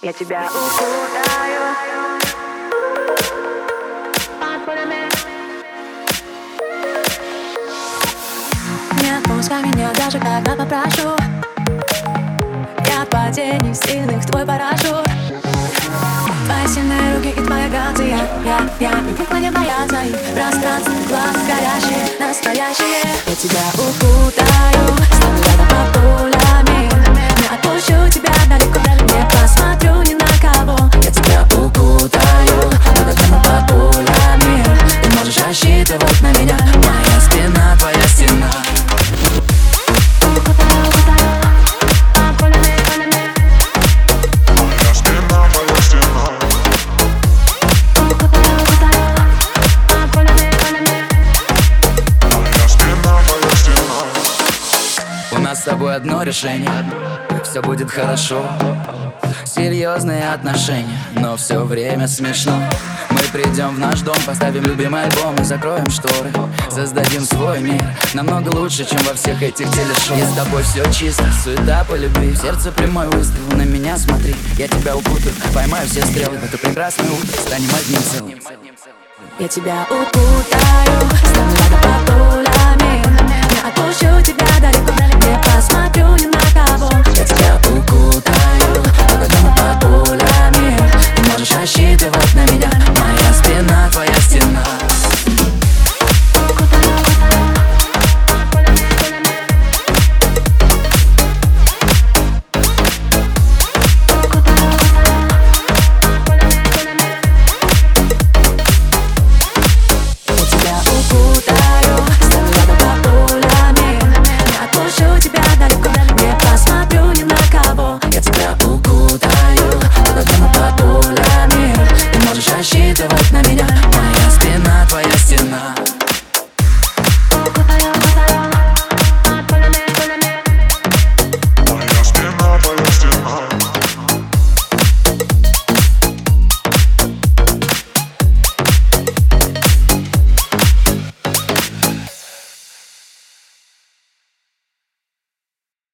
Я тебя укутаю под полями. Не отпускай меня даже когда попрошу. Я падений сильных твой парашют. Твои сильные руки и твоя грация. Я никогда не боятся их пространств, глаз горящие, настоящие. Я тебя укутаю, стану рядом под пулями. Не отпущу тебя далеко, не посмотрю ни на кого. Я тебя укутаю, когда мы под пулями. Ты можешь рассчитывать на меня. Моя спина, твоя стена. У нас с тобой одно решение, все будет хорошо. Серьезные отношения, но все время смешно. Мы придем в наш дом, поставим любимый альбом и закроем шторы. Создадим свой мир, намного лучше, чем во всех этих телешоу. И с тобой все чисто, суета по любви. В сердце прямой выстрел, на меня смотри. Я тебя укутаю, поймаю все стрелы. В это прекрасное утро станем одним целым. Я тебя укутаю, стану рядом под пулями. Не отпущу тебя далеко, не посмотрю ни на кого. Я тебя